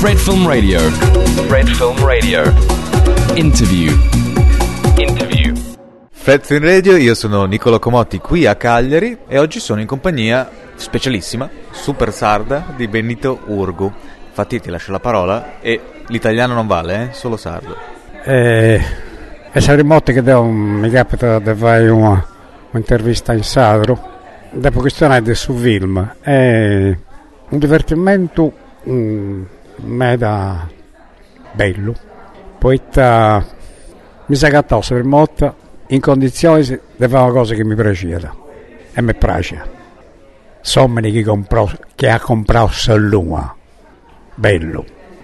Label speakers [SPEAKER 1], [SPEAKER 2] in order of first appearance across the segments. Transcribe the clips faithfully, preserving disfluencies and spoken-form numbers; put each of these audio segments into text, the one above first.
[SPEAKER 1] Fred Film Radio. Fred Film Radio. Interview. Interview.
[SPEAKER 2] Fred Film Radio, io sono Niccolo Comotti qui a Cagliari e oggi sono in compagnia specialissima, super sarda, di Benito Urgu. Infatti ti lascio la parola e l'italiano non vale, eh? Solo sardo.
[SPEAKER 3] Eh, e saremo molte che devo, mi capita di fare una, un'intervista in sardo, dopo questione del suo film. È un divertimento mm, meda bello, poiché mi sa che per molta in condizioni di fare una cosa che mi piaceva e mi piace. Sommeni che, comprò, che ha comprato Sallua, bello,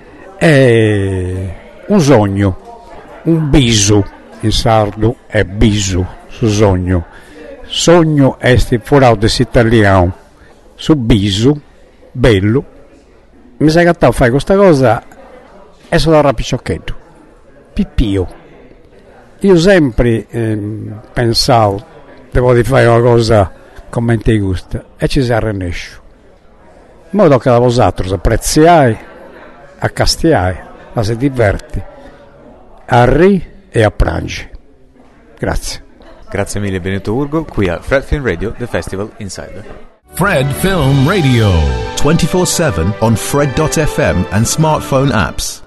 [SPEAKER 3] è un sogno, un bisu in sardo è bisu, su sogno, sogno è fuori dall'italiano, su bisu, bello, mi sa che fai questa cosa e sono rapicciochetto, pippio. Io sempre eh, pensavo, devo di fare una cosa come ti gusta e ci si arrenesce. In modo che la vosaltros apprezziai, a castiai, la si diverti, a ri e a prangi. Grazie.
[SPEAKER 2] Grazie mille Benito Urgu, qui a Fred Film Radio, The Festival Insider.
[SPEAKER 1] Fred Film Radio.
[SPEAKER 4] twenty-four seven on Fred dot f m and smartphone apps.